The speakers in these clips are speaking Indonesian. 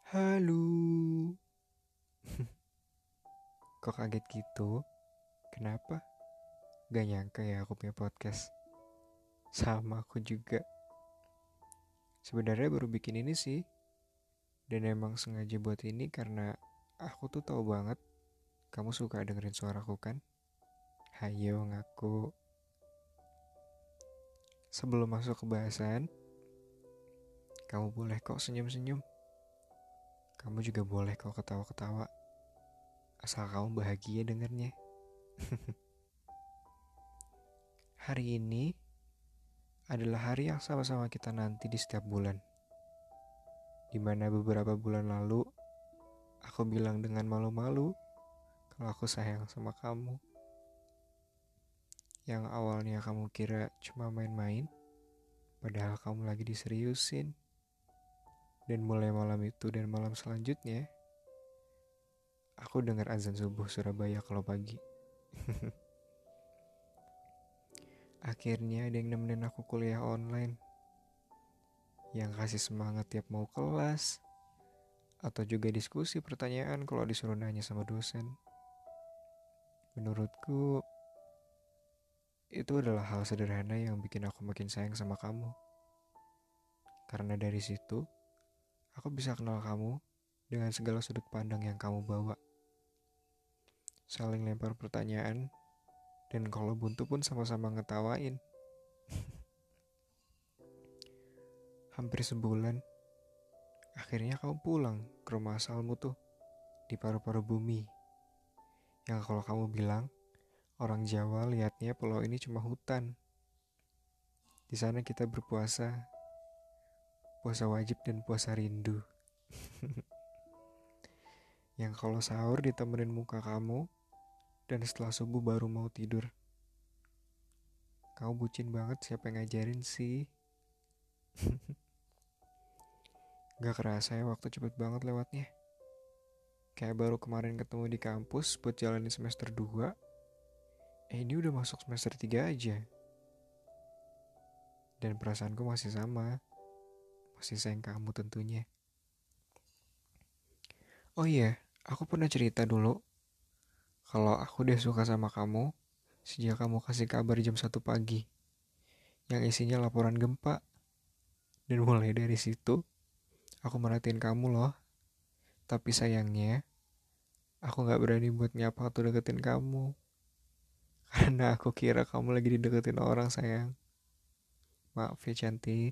Halo. Kok kaget gitu? Kenapa? Gak nyangka ya aku punya podcast. Sama aku juga. Sebenarnya baru bikin ini sih. Dan emang sengaja buat ini karena aku tuh tahu banget kamu suka dengerin suaraku kan? Hayo ngaku. Sebelum masuk ke bahasan, kamu boleh kok senyum-senyum. Kamu juga boleh kok ketawa-ketawa. Asal kamu bahagia dengernya. Hari ini adalah hari yang sama-sama kita nanti di setiap bulan. Dimana beberapa bulan lalu aku bilang dengan malu-malu kalau aku sayang sama kamu. Yang awalnya kamu kira cuma main-main, padahal kamu lagi diseriusin. Dan mulai malam itu dan malam selanjutnya, aku dengar azan subuh Surabaya kalau pagi. Akhirnya ada yang nemenin aku kuliah online, yang kasih semangat tiap mau kelas, atau juga diskusi pertanyaan kalau disuruh nanya sama dosen. Menurutku, itu adalah hal sederhana yang bikin aku makin sayang sama kamu. Karena dari situ, aku bisa kenal kamu dengan segala sudut pandang yang kamu bawa. Saling lempar pertanyaan, dan kalau buntu pun sama-sama ngetawain. Hampir sebulan, akhirnya kamu pulang ke rumah asalmu tuh, di paru-paru bumi. Yang kalau kamu bilang, orang Jawa lihatnya pulau ini cuma hutan. Di sana kita berpuasa, puasa wajib dan puasa rindu. Yang kalau sahur ditemenin muka kamu, dan setelah subuh baru mau tidur. Kamu bucin banget, siapa yang ngajarin sih? Gak kerasa ya waktu cepet banget lewatnya. Kayak baru kemarin ketemu di kampus buat jalanin semester 2. Ini udah masuk semester 3 aja. Dan perasaanku masih sama. Masih sayang kamu tentunya. Oh iya, aku pernah cerita dulu kalau aku udah suka sama kamu sejak kamu kasih kabar jam 1 pagi yang isinya laporan gempa. Dan mulai dari situ, aku merhatiin kamu loh. Tapi sayangnya, aku gak berani buat nyapa atau deketin kamu. Karena aku kira kamu lagi dideketin orang sayang. Maaf ya cantik.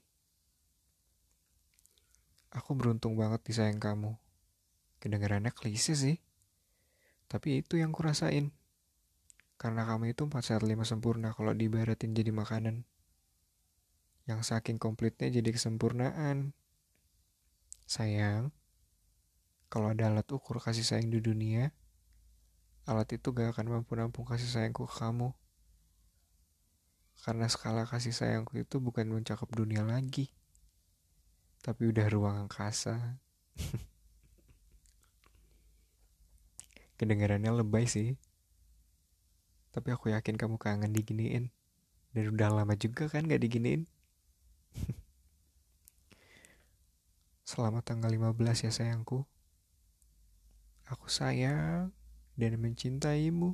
Aku beruntung banget disayang kamu. Kedengarannya klise sih. Tapi itu yang kurasain. Karena kamu itu 4 sehat 5 sempurna kalau diibaratin jadi makanan. Yang saking komplitnya jadi kesempurnaan. Sayang, kalau ada alat ukur kasih sayang di dunia, alat itu gak akan mampu nampung kasih sayangku ke kamu. Karena skala kasih sayangku itu bukan mencakup dunia lagi, tapi udah ruang angkasa. Kedengarannya lebay sih, tapi aku yakin kamu kangen diginiin. Dan udah lama juga kan gak diginiin. Selamat tanggal 15 ya sayangku. Aku sayang dan mencintaimu.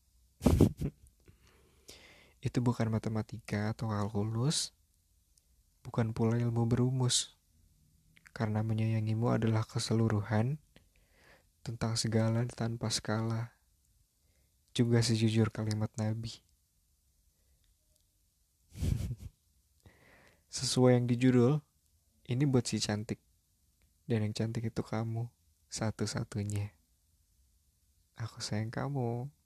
Itu bukan matematika atau kalkulus, bukan pula ilmu berumus. Karena menyayangimu adalah keseluruhan tentang segala tanpa skala. Juga sejujur kalimat Nabi. Sesuai yang di judul, ini buat si cantik. Dan yang cantik itu kamu, satu-satunya. Aku sayang kamu.